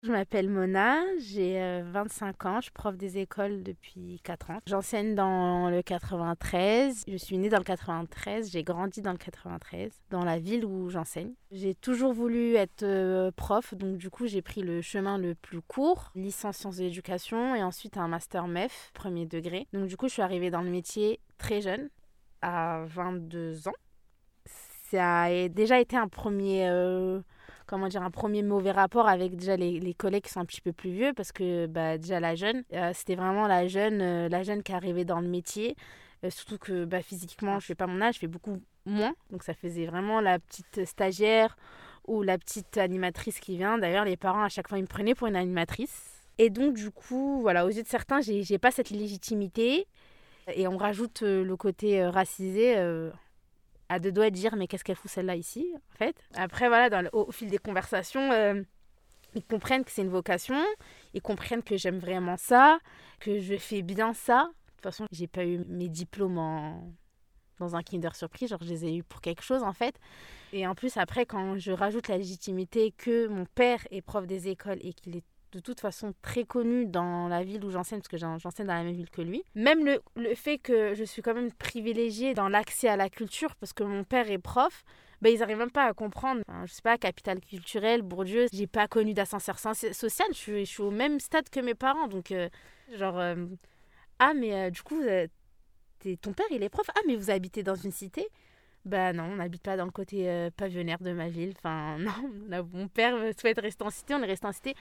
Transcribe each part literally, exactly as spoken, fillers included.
Je m'appelle Mona, j'ai euh, vingt-cinq ans, je suis prof des écoles depuis quatre ans. J'enseigne dans le quatre-vingt-treize, je suis née dans le quatre-vingt-treize, j'ai grandi dans le quatre-vingt-treize, dans la ville où j'enseigne. J'ai toujours voulu être euh, prof, donc du coup j'ai pris le chemin le plus court, licence sciences de l'éducation et ensuite un master M E F, premier degré. Donc du coup je suis arrivée dans le métier très jeune, à vingt-deux ans. Ça a déjà été un premier... euh, comment dire, un premier mauvais rapport avec déjà les, les collègues qui sont un petit peu plus vieux parce que bah, déjà la jeune, euh, c'était vraiment la jeune, euh, la jeune qui arrivait dans le métier. Euh, surtout que bah, physiquement, je fais pas mon âge, je fais beaucoup moins. Donc ça faisait vraiment la petite stagiaire ou la petite animatrice qui vient. D'ailleurs, les parents, à chaque fois, ils me prenaient pour une animatrice. Et donc, du coup, voilà, aux yeux de certains, j'ai, j'ai pas cette légitimité. Et on rajoute euh, le côté euh, racisé. Euh, à deux doigts de dire mais qu'est-ce qu'elle fout celle-là ici en fait. Après voilà, dans le, au, au fil des conversations, euh, ils comprennent que c'est une vocation, ils comprennent que j'aime vraiment ça, que je fais bien ça. De toute façon, j'ai pas eu mes diplômes en... dans un Kinder Surprise, genre je les ai eus pour quelque chose en fait. Et en plus après quand je rajoute la légitimité que mon père est prof des écoles et qu'il est de toute façon très connu dans la ville où j'enseigne, parce que j'enseigne dans la même ville que lui. Même le, le fait que je suis quand même privilégiée dans l'accès à la culture, parce que mon père est prof, bah, ils n'arrivent même pas à comprendre. Enfin, je sais pas, capitale culturelle, Bourdieu, j'ai pas connu d'ascenseur social, je suis, je suis au même stade que mes parents. Donc, euh, genre, euh, ah, mais euh, du coup, vous êtes- ton père, il est prof. Ah, mais vous habitez dans une cité. Bah non, on n'habite pas dans le côté euh, pavillonnaire de ma ville. Enfin, non, là, mon père souhaite rester en cité, on est resté en cité.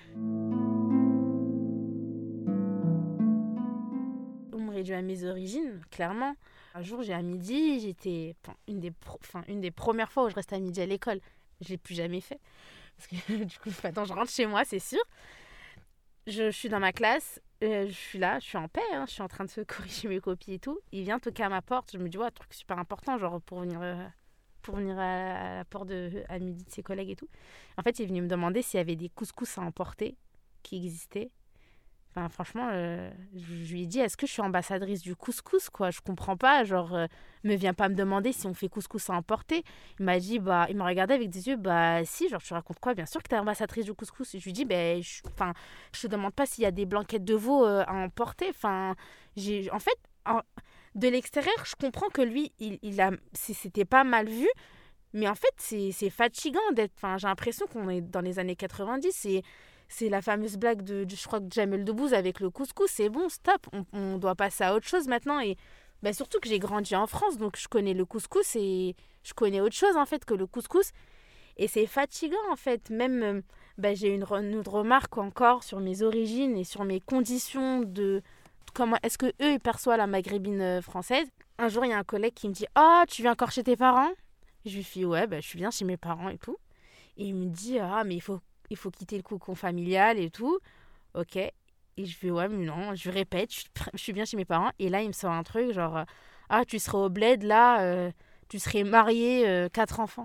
On me réduit à mes origines, clairement. Un jour, j'ai à midi, j'étais... Enfin, une des, pro... enfin, une des premières fois où je restais à midi à l'école, je ne l'ai plus jamais fait. Parce que du coup, maintenant, je rentre chez moi, c'est sûr. Je, je suis dans ma classe, euh, je suis là, je suis en paix, hein, je suis en train de corriger mes copies et tout. Il vient toquer à ma porte, je me dis, ouais, un truc super important, genre pour venir... Euh, pour venir à la porte de, à midi de ses collègues et tout. En fait, il est venu me demander s'il y avait des couscous à emporter qui existaient. Enfin, franchement, euh, je lui ai dit, est-ce que je suis ambassadrice du couscous, quoi? Je comprends pas, genre, euh, me viens pas me demander si on fait couscous à emporter. Il m'a dit, bah, il m'a regardé avec des yeux, bah, si, genre, tu racontes quoi? Bien sûr que t'es ambassadrice du couscous. Et je lui dis, ben, je, enfin, je te demande pas s'il y a des blanquettes de veau euh, à emporter. Enfin, j'ai, en fait, en- de l'extérieur, je comprends que lui, il, il a, c'était pas mal vu. Mais en fait, c'est, c'est fatigant d'être. Enfin, j'ai l'impression qu'on est dans les années quatre-vingt-dix. Et c'est la fameuse blague de, de je crois, que Jamel Debbouze avec le couscous. C'est bon, stop. On, on doit passer à autre chose maintenant. Et bah, surtout que j'ai grandi en France, donc je connais le couscous et je connais autre chose en fait que le couscous. Et c'est fatigant en fait. Même, euh, bah, j'ai une, re- une autre remarque encore sur mes origines et sur mes conditions de. Comment est-ce que eux ils perçoivent la maghrébine euh, française. Un jour, il y a un collègue qui me dit ah, tu viens encore chez tes parents? Je lui fais ouais, bah, je suis bien chez mes parents et tout. Et il me dit ah, mais il faut, il faut quitter le cocon familial et tout. Ok. Et je fais ouais, mais non, je lui répète, je, suis pr- je suis bien chez mes parents. Et là, il me sort un truc genre euh, ah, tu serais au bled là, euh, tu serais marié, euh, quatre enfants.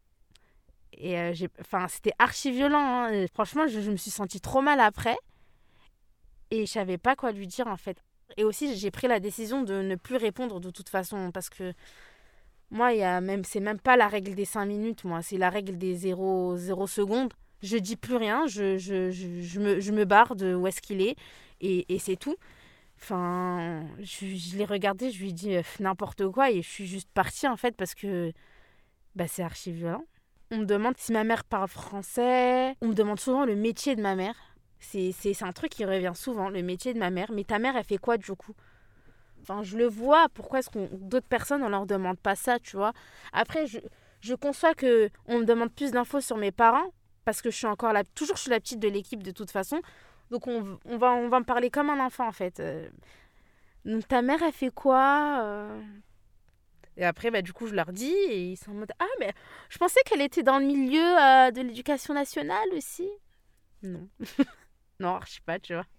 Et euh, j'ai, enfin, c'était archi violent, hein. Et franchement, je, je me suis sentie trop mal après. Et je savais pas quoi lui dire en fait. Et aussi, j'ai pris la décision de ne plus répondre de toute façon parce que moi, il y a même, c'est même pas la règle des cinq minutes, moi, c'est la règle des zéro zéro secondes. Je dis plus rien, je, je, je, je me, je me barre de où est-ce qu'il est, et, et c'est tout. Enfin, je, je l'ai regardé, je lui ai dit euh, n'importe quoi, et je suis juste partie en fait parce que bah, c'est archi violent. On me demande si ma mère parle français, on me demande souvent le métier de ma mère. C'est, c'est, c'est un truc qui revient souvent, le métier de ma mère. Mais ta mère, elle fait quoi du coup? Enfin, je le vois. Pourquoi est-ce qu'on d'autres personnes on leur demande pas ça, tu vois? Après, je, je conçois que on me demande plus d'infos sur mes parents parce que je suis encore la, toujours je suis la petite de l'équipe de toute façon. Donc on, on va on va me parler comme un enfant en fait. Euh, donc ta mère elle fait quoi? Euh Et après bah du coup je leur dis et ils sont en mode ah mais je pensais qu'elle était dans le milieu euh, de l'éducation nationale aussi. Non, non, je sais pas, tu vois.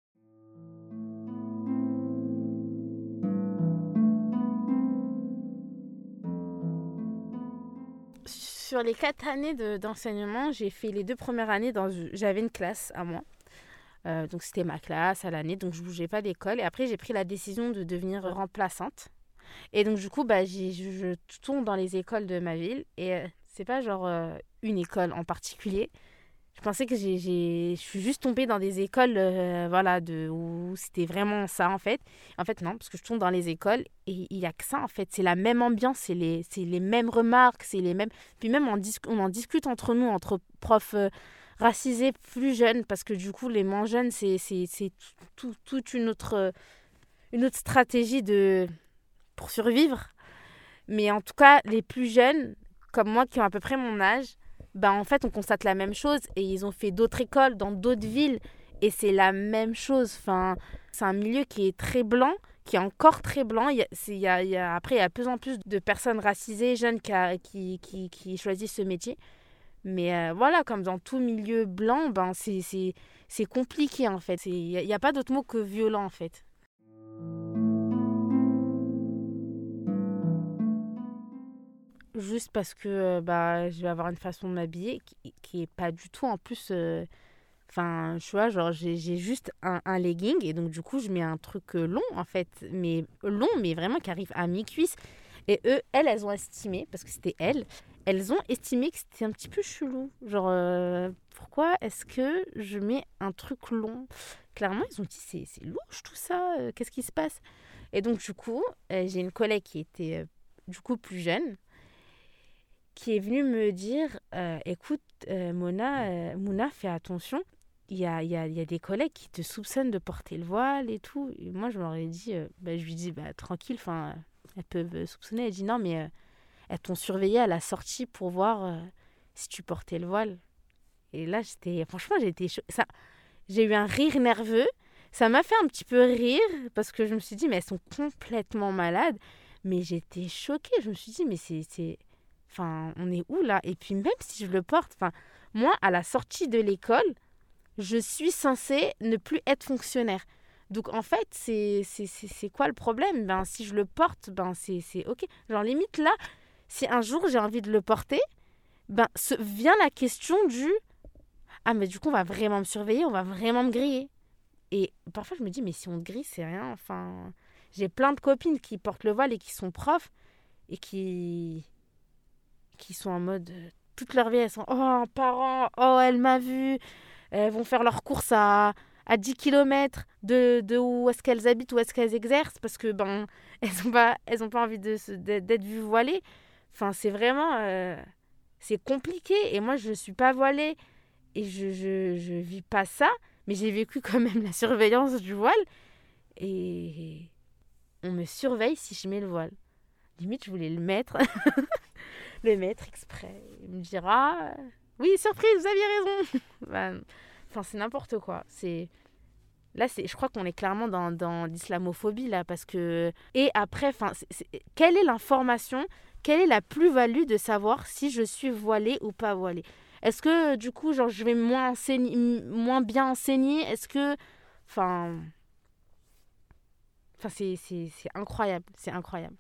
Sur les quatre années de- d'enseignement, j'ai fait les deux premières années dans j'avais une classe à moi. Euh, donc c'était ma classe à l'année, donc je bougeais pas d'école. Et après j'ai pris la décision de devenir remplaçante. Et donc du coup bah j'ai, je, je tourne dans les écoles de ma ville et euh, c'est pas genre euh, une école en particulier. Je pensais que j'ai, j'ai... je suis juste tombée dans des écoles euh, voilà, de... où c'était vraiment ça, en fait. En fait, non, parce que je tombe dans les écoles et il n'y a que ça, en fait. C'est la même ambiance, c'est les, c'est les mêmes remarques, c'est les mêmes... Puis même, on, dis... on en discute entre nous, entre profs euh, racisés plus jeunes, parce que du coup, les moins jeunes, c'est, c'est, c'est tout, toute une autre, une autre stratégie de... pour survivre. Mais en tout cas, les plus jeunes, comme moi, qui ont à peu près mon âge, ben en fait, on constate la même chose. Et ils ont fait d'autres écoles dans d'autres villes. Et c'est la même chose. Enfin, c'est un milieu qui est très blanc, qui est encore très blanc. Il y a, c'est, il y a, il y a, après, il y a de plus en plus de personnes racisées, jeunes, qui, a, qui, qui, qui choisissent ce métier. Mais euh, voilà, comme dans tout milieu blanc, ben c'est, c'est, c'est compliqué, en fait. Il n'y a, y a pas d'autre mot que violent, en fait. Juste parce que euh, bah, je vais avoir une façon de m'habiller qui, qui est pas du tout en plus. euh, Enfin, tu vois, genre j'ai, j'ai juste un, un legging et donc du coup je mets un truc euh, long en fait, mais long, mais vraiment qui arrive à mi-cuisse. Et eux, elles, elles ont estimé, parce que c'était elles, elles ont estimé que c'était un petit peu chelou. Genre, euh, pourquoi est-ce que je mets un truc long? Clairement, ils ont dit c'est, c'est louche tout ça, euh, qu'est-ce qui se passe? Et donc du coup, euh, j'ai une collègue qui était euh, du coup plus jeune qui est venu me dire euh, écoute, euh, Mona, euh, Mouna, fais attention. Il y a, il y, a, il y a des collègues qui te soupçonnent de porter le voile et tout. Et moi, je leur ai dit euh, bah, je lui dis bah, tranquille, enfin, elles peuvent euh, soupçonner. Elle dit non, mais euh, elles t'ont surveillé à la sortie pour voir euh, si tu portais le voile. Et là, j'étais, franchement, j'ai été cho- ça, j'ai eu un rire nerveux. Ça m'a fait un petit peu rire parce que je me suis dit, mais elles sont complètement malades. Mais j'étais choquée. Je me suis dit, mais c'est, c'est... Enfin, on est où là? Et puis même si je le porte, enfin, moi, à la sortie de l'école, je suis censée ne plus être fonctionnaire. Donc en fait, c'est, c'est, c'est, c'est quoi le problème? Ben, si je le porte, ben, c'est, c'est OK. Genre limite là, si un jour j'ai envie de le porter, ben, se vient la question du ah, mais du coup, on va vraiment me surveiller, on va vraiment me griller. Et parfois, je me dis, mais si on te grille, c'est rien. Enfin, j'ai plein de copines qui portent le voile et qui sont profs et qui, qui sont en mode. euh, Toute leur vie, elles sont oh, un parent, oh, elle m'a vu. Elles vont faire leurs courses à, à dix kilomètres de, de où est-ce qu'elles habitent, où est-ce qu'elles exercent parce que ben, elles n'ont pas, elles ont pas envie de, se- d'être, d'être vues voilées. Enfin, c'est vraiment. euh, c'est compliqué. Et moi, je ne suis pas voilée et je, je, je vis pas ça. Mais j'ai vécu quand même la surveillance du voile. Et on me surveille si je mets le voile. Limite, je voulais le mettre. le mettre exprès. Il me dira euh, oui, surprise, vous aviez raison. Ben, enfin, c'est n'importe quoi. C'est là, c'est. Je crois qu'on est clairement dans, dans l'islamophobie là, parce que et après, enfin, c'est- c'est- quelle est l'information? Quelle est la plus-value de savoir si je suis voilée ou pas voilée? Est-ce que du coup, genre, je vais moins enseigner, m- moins bien enseigner? Est-ce que, enfin, enfin, c'est c'est c'est incroyable, c'est incroyable.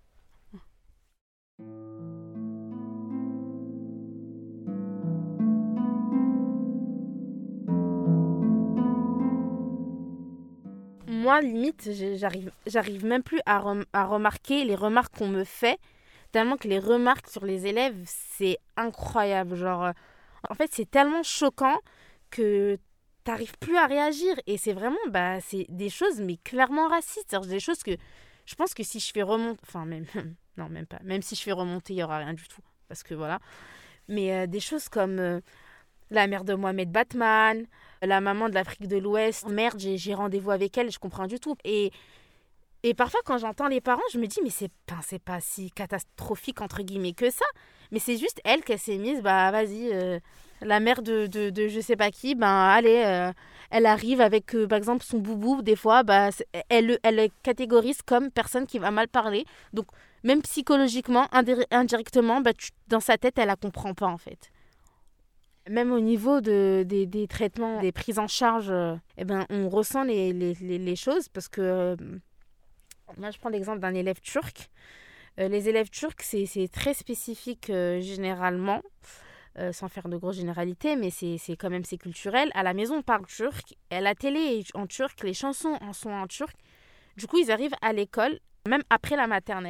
Moi, limite, j'ai- j'arrive, j'arrive même plus à, rem- à remarquer les remarques qu'on me fait, tellement que les remarques sur les élèves, c'est incroyable. Genre, euh, en fait, c'est tellement choquant que t'arrives plus à réagir. Et c'est vraiment, bah, c'est des choses, mais clairement racistes. C'est-à-dire des choses que je pense que si je fais remonter, enfin, même, non, même pas, même si je fais remonter, il y aura rien du tout. Parce que voilà. Mais euh, des choses comme euh, la mère de Mohamed Batman, la maman de l'Afrique de l'Ouest. Merde, j'ai, j'ai rendez-vous avec elle, je comprends du tout. Et, et parfois, quand j'entends les parents, je me dis, mais c'est, ben, c'est pas si catastrophique, entre guillemets, que ça. Mais c'est juste elle qu'elle s'est mise, bah vas-y, euh, la mère de, de, de je sais pas qui, ben allez, euh, elle arrive avec, euh, par exemple, son boubou, des fois, bah, c'est- elle, elle le catégorise comme personne qui va mal parler. Donc, même psychologiquement, indi- indirectement, bah, tu- dans sa tête, elle la comprend pas, en fait. Même au niveau de, des, des traitements, des prises en charge, euh, eh ben, on ressent les, les, les, les choses parce que euh, moi, je prends l'exemple d'un élève turc. Euh, les élèves turcs, c'est, c'est très spécifique euh, généralement, euh, sans faire de grosses généralités, mais c'est, c'est quand même c'est culturel. À la maison, on parle turc. À la télé est en turc, les chansons en sont en turc. Du coup, ils arrivent à l'école, même après la maternelle,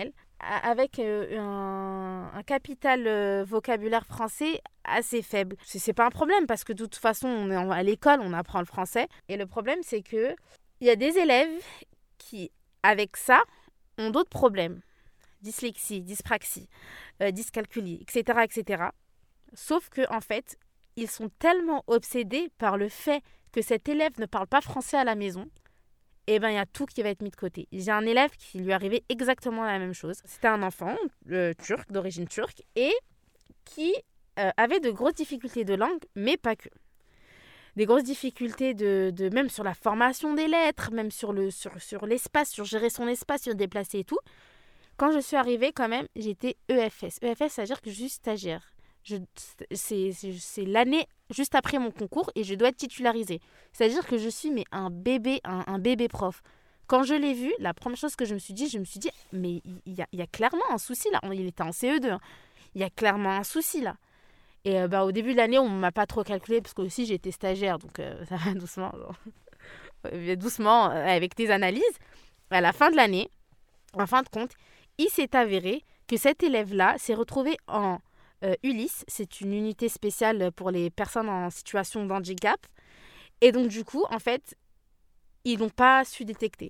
avec euh, un, un capital euh, vocabulaire français assez faible. C'est, c'est pas un problème parce que de toute façon, on est en- à l'école, on apprend le français. Et le problème, c'est que il y a des élèves qui, avec ça, ont d'autres problèmes. Dyslexie, dyspraxie, euh, dyscalculie, et cetera, et cetera. Sauf que en fait, ils sont tellement obsédés par le fait que cet élève ne parle pas français à la maison, et ben il y a tout qui va être mis de côté. J'ai un élève qui lui arrivait exactement la même chose. C'était un enfant euh, turc, d'origine turque, et qui euh, avait de grosses difficultés de langue, mais pas que. Des grosses difficultés de, de même sur la formation des lettres, même sur, le, sur, sur l'espace, sur gérer son espace, sur déplacer et tout. Quand je suis arrivée, quand même, j'étais E F S. E F S, ça veut dire que je suis stagiaire. Je, c'est, c'est, c'est l'année juste après mon concours et je dois être titularisée. C'est-à-dire que je suis mais un bébé, un, un bébé prof. Quand je l'ai vu, la première chose que je me suis dit, je me suis dit, mais il y a, il y a clairement un souci là. Il était en C E deux. Hein. Il y a clairement un souci là. Et euh, bah, au début de l'année, on ne m'a pas trop calculé parce que aussi j'étais stagiaire. Donc euh, ça va doucement. Genre. doucement, euh, avec tes analyses. À la fin de l'année, en fin de compte, il s'est avéré que cet élève-là s'est retrouvé en euh, Ulysse. C'est une unité spéciale pour les personnes en situation de handicap. Et donc, du coup, en fait, ils n'ont pas su détecter.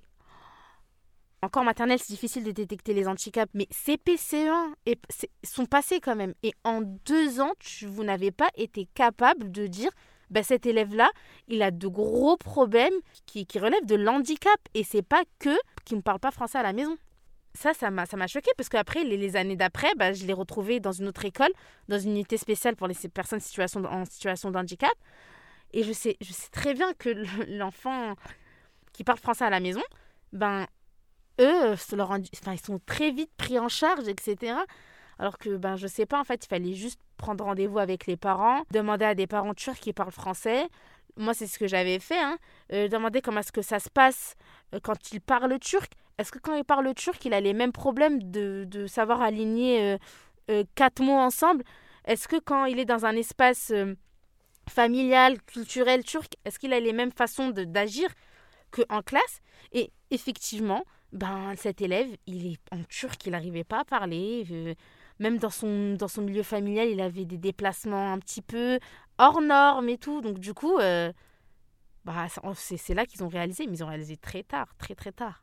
Encore maternelle, c'est difficile de détecter les handicaps, mais C P, C E un et, sont passés quand même. Et en deux ans, tu, vous n'avez pas été capable de dire bah, cet élève-là, il a de gros problèmes qui, qui relèvent de l'handicap. Et c'est pas que qu'il ne parle pas français à la maison. Ça, ça m'a, ça m'a choquée parce qu'après, les, les années d'après, bah, je l'ai retrouvé dans une autre école, dans une unité spéciale pour les personnes situation, en situation de handicap. Et je sais, je sais très bien que l'enfant qui parle français à la maison, ben, eux, leur, enfin, ils sont très vite pris en charge, et cetera. Alors que, ben, je sais pas, en fait, il fallait juste prendre rendez-vous avec les parents, demander à des parents turcs qui parlent français. Moi, c'est ce que j'avais fait, hein. Euh, demander comment est-ce que ça se passe euh, quand ils parlent turc. Est-ce que quand il parle turc, il a les mêmes problèmes de, de savoir aligner euh, euh, quatre mots ensemble? Est-ce que quand il est dans un espace euh, familial, culturel turc, est-ce qu'il a les mêmes façons de, d'agir qu'en classe? Et effectivement, ben, cet élève, il est en turc, il n'arrivait pas à parler. Euh, même dans son, dans son milieu familial, il avait des déplacements un petit peu hors normes et tout. Donc du coup, euh, bah, c'est, c'est là qu'ils ont réalisé, mais ils ont réalisé très tard, très très tard.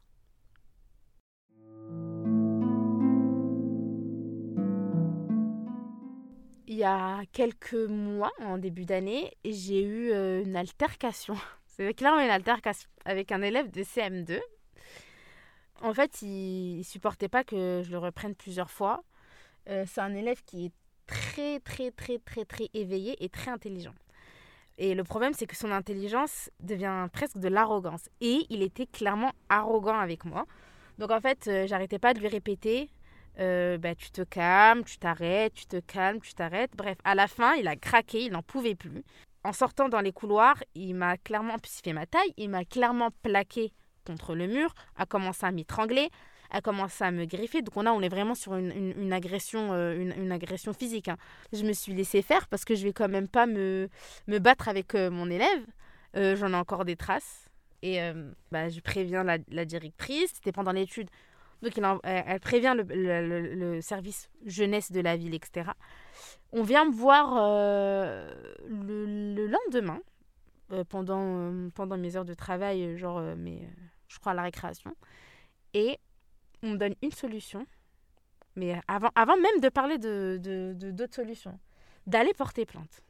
Il y a quelques mois, en début d'année, j'ai eu euh, une altercation. C'est clairement une altercation avec un élève de C M deux. En fait, il ne supportait pas que je le reprenne plusieurs fois. Euh, c'est un élève qui est très, très, très, très, très éveillé et très intelligent. Et le problème, c'est que son intelligence devient presque de l'arrogance. Et il était clairement arrogant avec moi. Donc en fait, euh, j'arrêtais pas de lui répéter euh, bah, tu te calmes, tu t'arrêtes, tu te calmes, tu t'arrêtes. Bref, à la fin, il a craqué, il n'en pouvait plus. En sortant dans les couloirs, il m'a clairement, puis il fait ma taille, il m'a clairement plaqué contre le mur, a commencé à m'étrangler, a commencé à me griffer. Donc là, on est vraiment sur une, une, une, agression, euh, une, une agression physique. Hein. Je me suis laissée faire parce que je vais quand même pas me, me battre avec euh, mon élève. Euh, j'en ai encore des traces. Et euh, bah, je préviens la, la directrice. C'était pendant l'étude. Donc il en, elle prévient le, le, le, le service jeunesse de la ville, et cetera. On vient me voir euh, le, le lendemain, euh, pendant, euh, pendant mes heures de travail, genre, euh, mes, euh, je crois, à la récréation. Et on me donne une solution, mais avant, avant même de parler de, de, de, d'autres solutions, d'aller porter plainte.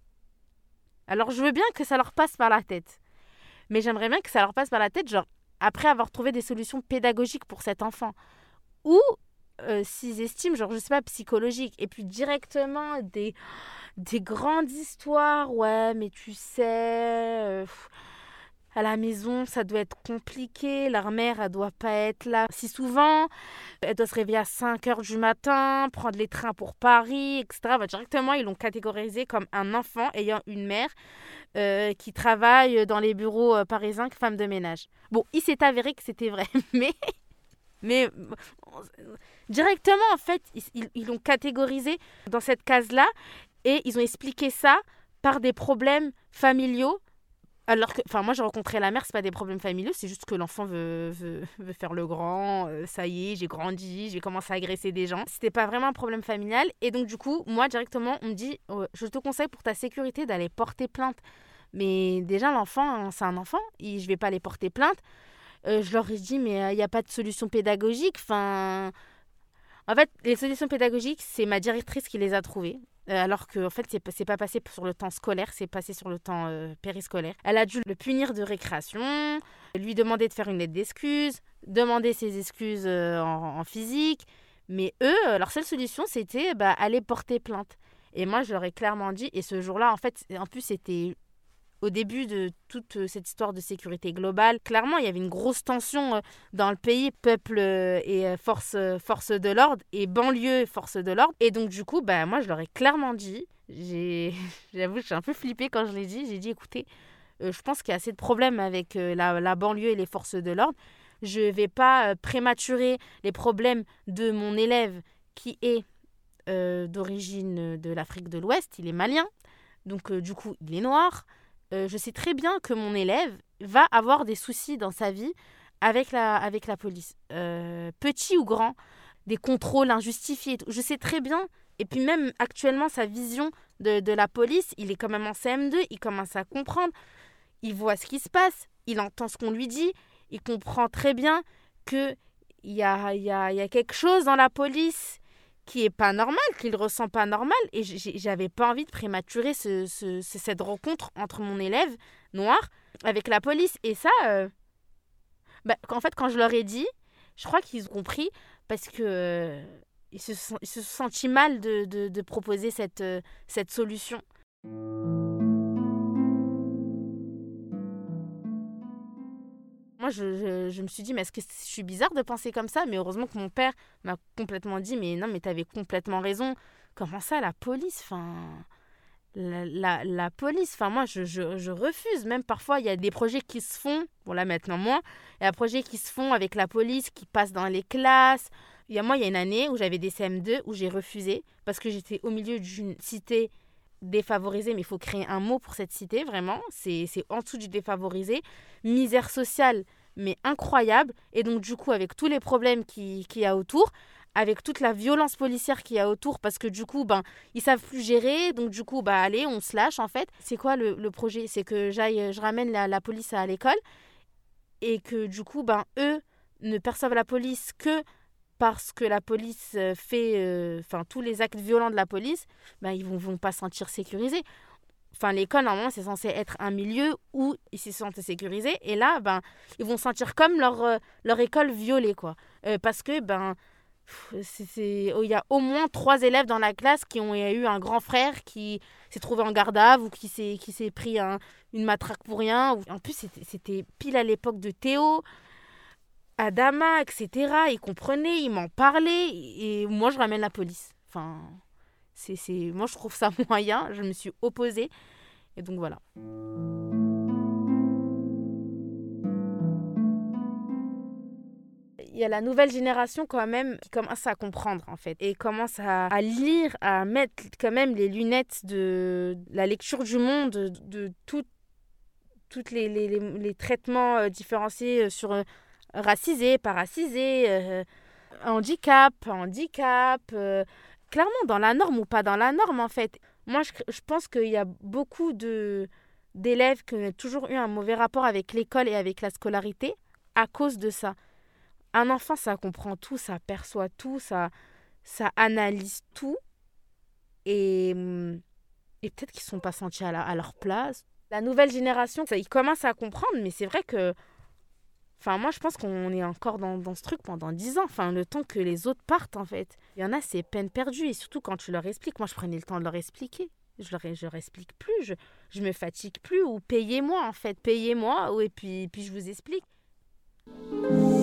Alors je veux bien que ça leur passe par la tête, mais j'aimerais bien que ça leur passe par la tête, genre, après avoir trouvé des solutions pédagogiques pour cet enfant. Ou, euh, s'ils estiment, genre, je sais pas, psychologique, et puis directement des, des grandes histoires, ouais, mais tu sais... Euh, à la maison, ça doit être compliqué. Leur mère, elle doit pas être là si souvent. Elle doit se réveiller à cinq heures du matin, prendre les trains pour Paris, et cetera. Bah, directement, ils l'ont catégorisé comme un enfant ayant une mère euh, qui travaille dans les bureaux euh, parisiens, femme de ménage. Bon, il s'est avéré que c'était vrai, mais... mais directement, en fait, ils, ils l'ont catégorisé dans cette case-là et ils ont expliqué ça par des problèmes familiaux Alors que, enfin, moi, j'ai rencontré la mère, c'est pas des problèmes familiaux, c'est juste que l'enfant veut, veut, veut faire le grand, euh, ça y est, j'ai grandi, j'ai commencé à agresser des gens. C'était pas vraiment un problème familial. Et donc, du coup, moi, directement, on me dit, oh, je te conseille pour ta sécurité d'aller porter plainte. Mais déjà, l'enfant, hein, c'est un enfant, et je vais pas aller porter plainte. Euh, je leur ai dit, mais il n'y a pas de solution pédagogique. Enfin, en fait, les solutions pédagogiques, c'est ma directrice qui les a trouvées. Euh, alors que en fait, c'est, c'est pas passé sur le temps scolaire, c'est passé sur le temps euh, périscolaire. Elle a dû le punir de récréation, lui demander de faire une lettre d'excuse, demander ses excuses euh, en, en physique. Mais eux, euh, leur seule solution, c'était bah, aller porter plainte. Et moi, je leur ai clairement dit, et ce jour-là, en fait, en plus, c'était au début de toute cette histoire de sécurité globale. Clairement, il y avait une grosse tension euh, dans le pays, peuple euh, et euh, force, euh, force de l'ordre, et banlieue force de l'ordre. Et donc, du coup, bah, moi, je leur ai clairement dit, j'ai... j'avoue, j'ai un peu flippé quand je l'ai dit, j'ai dit, écoutez, euh, je pense qu'il y a assez de problèmes avec euh, la, la banlieue et les forces de l'ordre. Je ne vais pas euh, prématurer les problèmes de mon élève qui est euh, d'origine de l'Afrique de l'Ouest, il est malien, donc euh, du coup, il est noir. Euh, je sais très bien que mon élève va avoir des soucis dans sa vie avec la, avec la police. Euh, petit ou grand, des contrôles injustifiés. et tout. Je sais très bien. Et puis même actuellement, sa vision de, de la police, il est quand même en C M deux, il commence à comprendre. Il voit ce qui se passe, il entend ce qu'on lui dit, il comprend très bien qu'il y a, y a, y a quelque chose dans la police qui est pas normal, qu'il ressent pas normal. Et j'ai- j'avais pas envie de prématurer ce, ce- ce- cette rencontre entre mon élève noir avec la police. Et ça, euh, bah, en fait, quand je leur ai dit, je crois qu'ils ont compris parce que euh, ils se sont, ils se sont sentis mal de, de, de proposer cette, euh, cette solution. Moi, je, je, je me suis dit, mais est-ce que je suis bizarre de penser comme ça? Mais heureusement que mon père m'a complètement dit, mais non, mais t'avais complètement raison. Comment ça, la police? Enfin, la, la, la police, enfin, moi, je, je, je refuse. Même parfois, il y a des projets qui se font, bon là maintenant moins, il y a des projets qui se font avec la police, qui passent dans les classes. Il y a, moi, il y a une année où j'avais des C M deux où j'ai refusé parce que j'étais au milieu d'une cité défavorisée, mais il faut créer un mot pour cette cité, vraiment. C'est, c'est en dessous du défavorisé. Misère sociale, mais incroyable. Et donc, du coup, avec tous les problèmes qui- qu'il y a autour, avec toute la violence policière qu'il y a autour, parce que du coup, ben, ils savent plus gérer. Donc, du coup, bah, allez, on se lâche, en fait. C'est quoi le, le projet? C'est que j'aille, je ramène la, la police à l'école et que, du coup, ben, eux ne perçoivent la police que parce que la police euh, fait... euh, Enfin, tous les actes violents de la police, ben, ils vont, vont pas se sentir sécurisés. Enfin, l'école, normalement, c'est censé être un milieu où ils se sentent sécurisés. Et là, ben, ils vont se sentir comme leur, euh, leur école violée, quoi. Euh, parce que, ben, pff, c'est, c'est- oh, il y a au moins trois élèves dans la classe qui ont eu un grand frère qui s'est trouvé en garde à vue ou qui s'est, qui s'est pris un- une matraque pour rien. Ou- En plus, c'était, c'était pile à l'époque de Théo, Adama, et cetera. Ils comprenaient, ils m'en parlaient. Et moi, je ramène la police. Enfin, c'est, c'est... moi, je trouve ça moyen. Je me suis opposée. Et donc voilà. Il y a la nouvelle génération quand même qui commence à comprendre en fait et commence à, à lire, à mettre quand même les lunettes de la lecture du monde, de, de tout- toutes les, les, les, les traitements euh, différenciés euh, sur euh, racisé, pas racisé, euh, handicap, handicap, euh, clairement dans la norme ou pas dans la norme en fait. Moi je, je pense qu'il y a beaucoup de d'élèves qui ont toujours eu un mauvais rapport avec l'école et avec la scolarité à cause de ça. Un enfant, ça comprend tout, ça perçoit tout, ça, ça analyse tout. Et, hum, et peut-être qu'ils ne sont pas sentis à, la- à leur place. La nouvelle génération, ça, ils commencent à comprendre, mais c'est vrai que... Enfin, moi, je pense qu'on est encore dans, dans ce truc pendant dix ans. Enfin, le temps que les autres partent, en fait. Il y en a, c'est peine perdue. Et surtout quand tu leur expliques. Moi, je prenais le temps de leur expliquer. Je leur, je leur explique plus. Je, je me fatigue plus. Ou payez-moi, en fait. Payez-moi. ou- Et puis, puis je vous explique.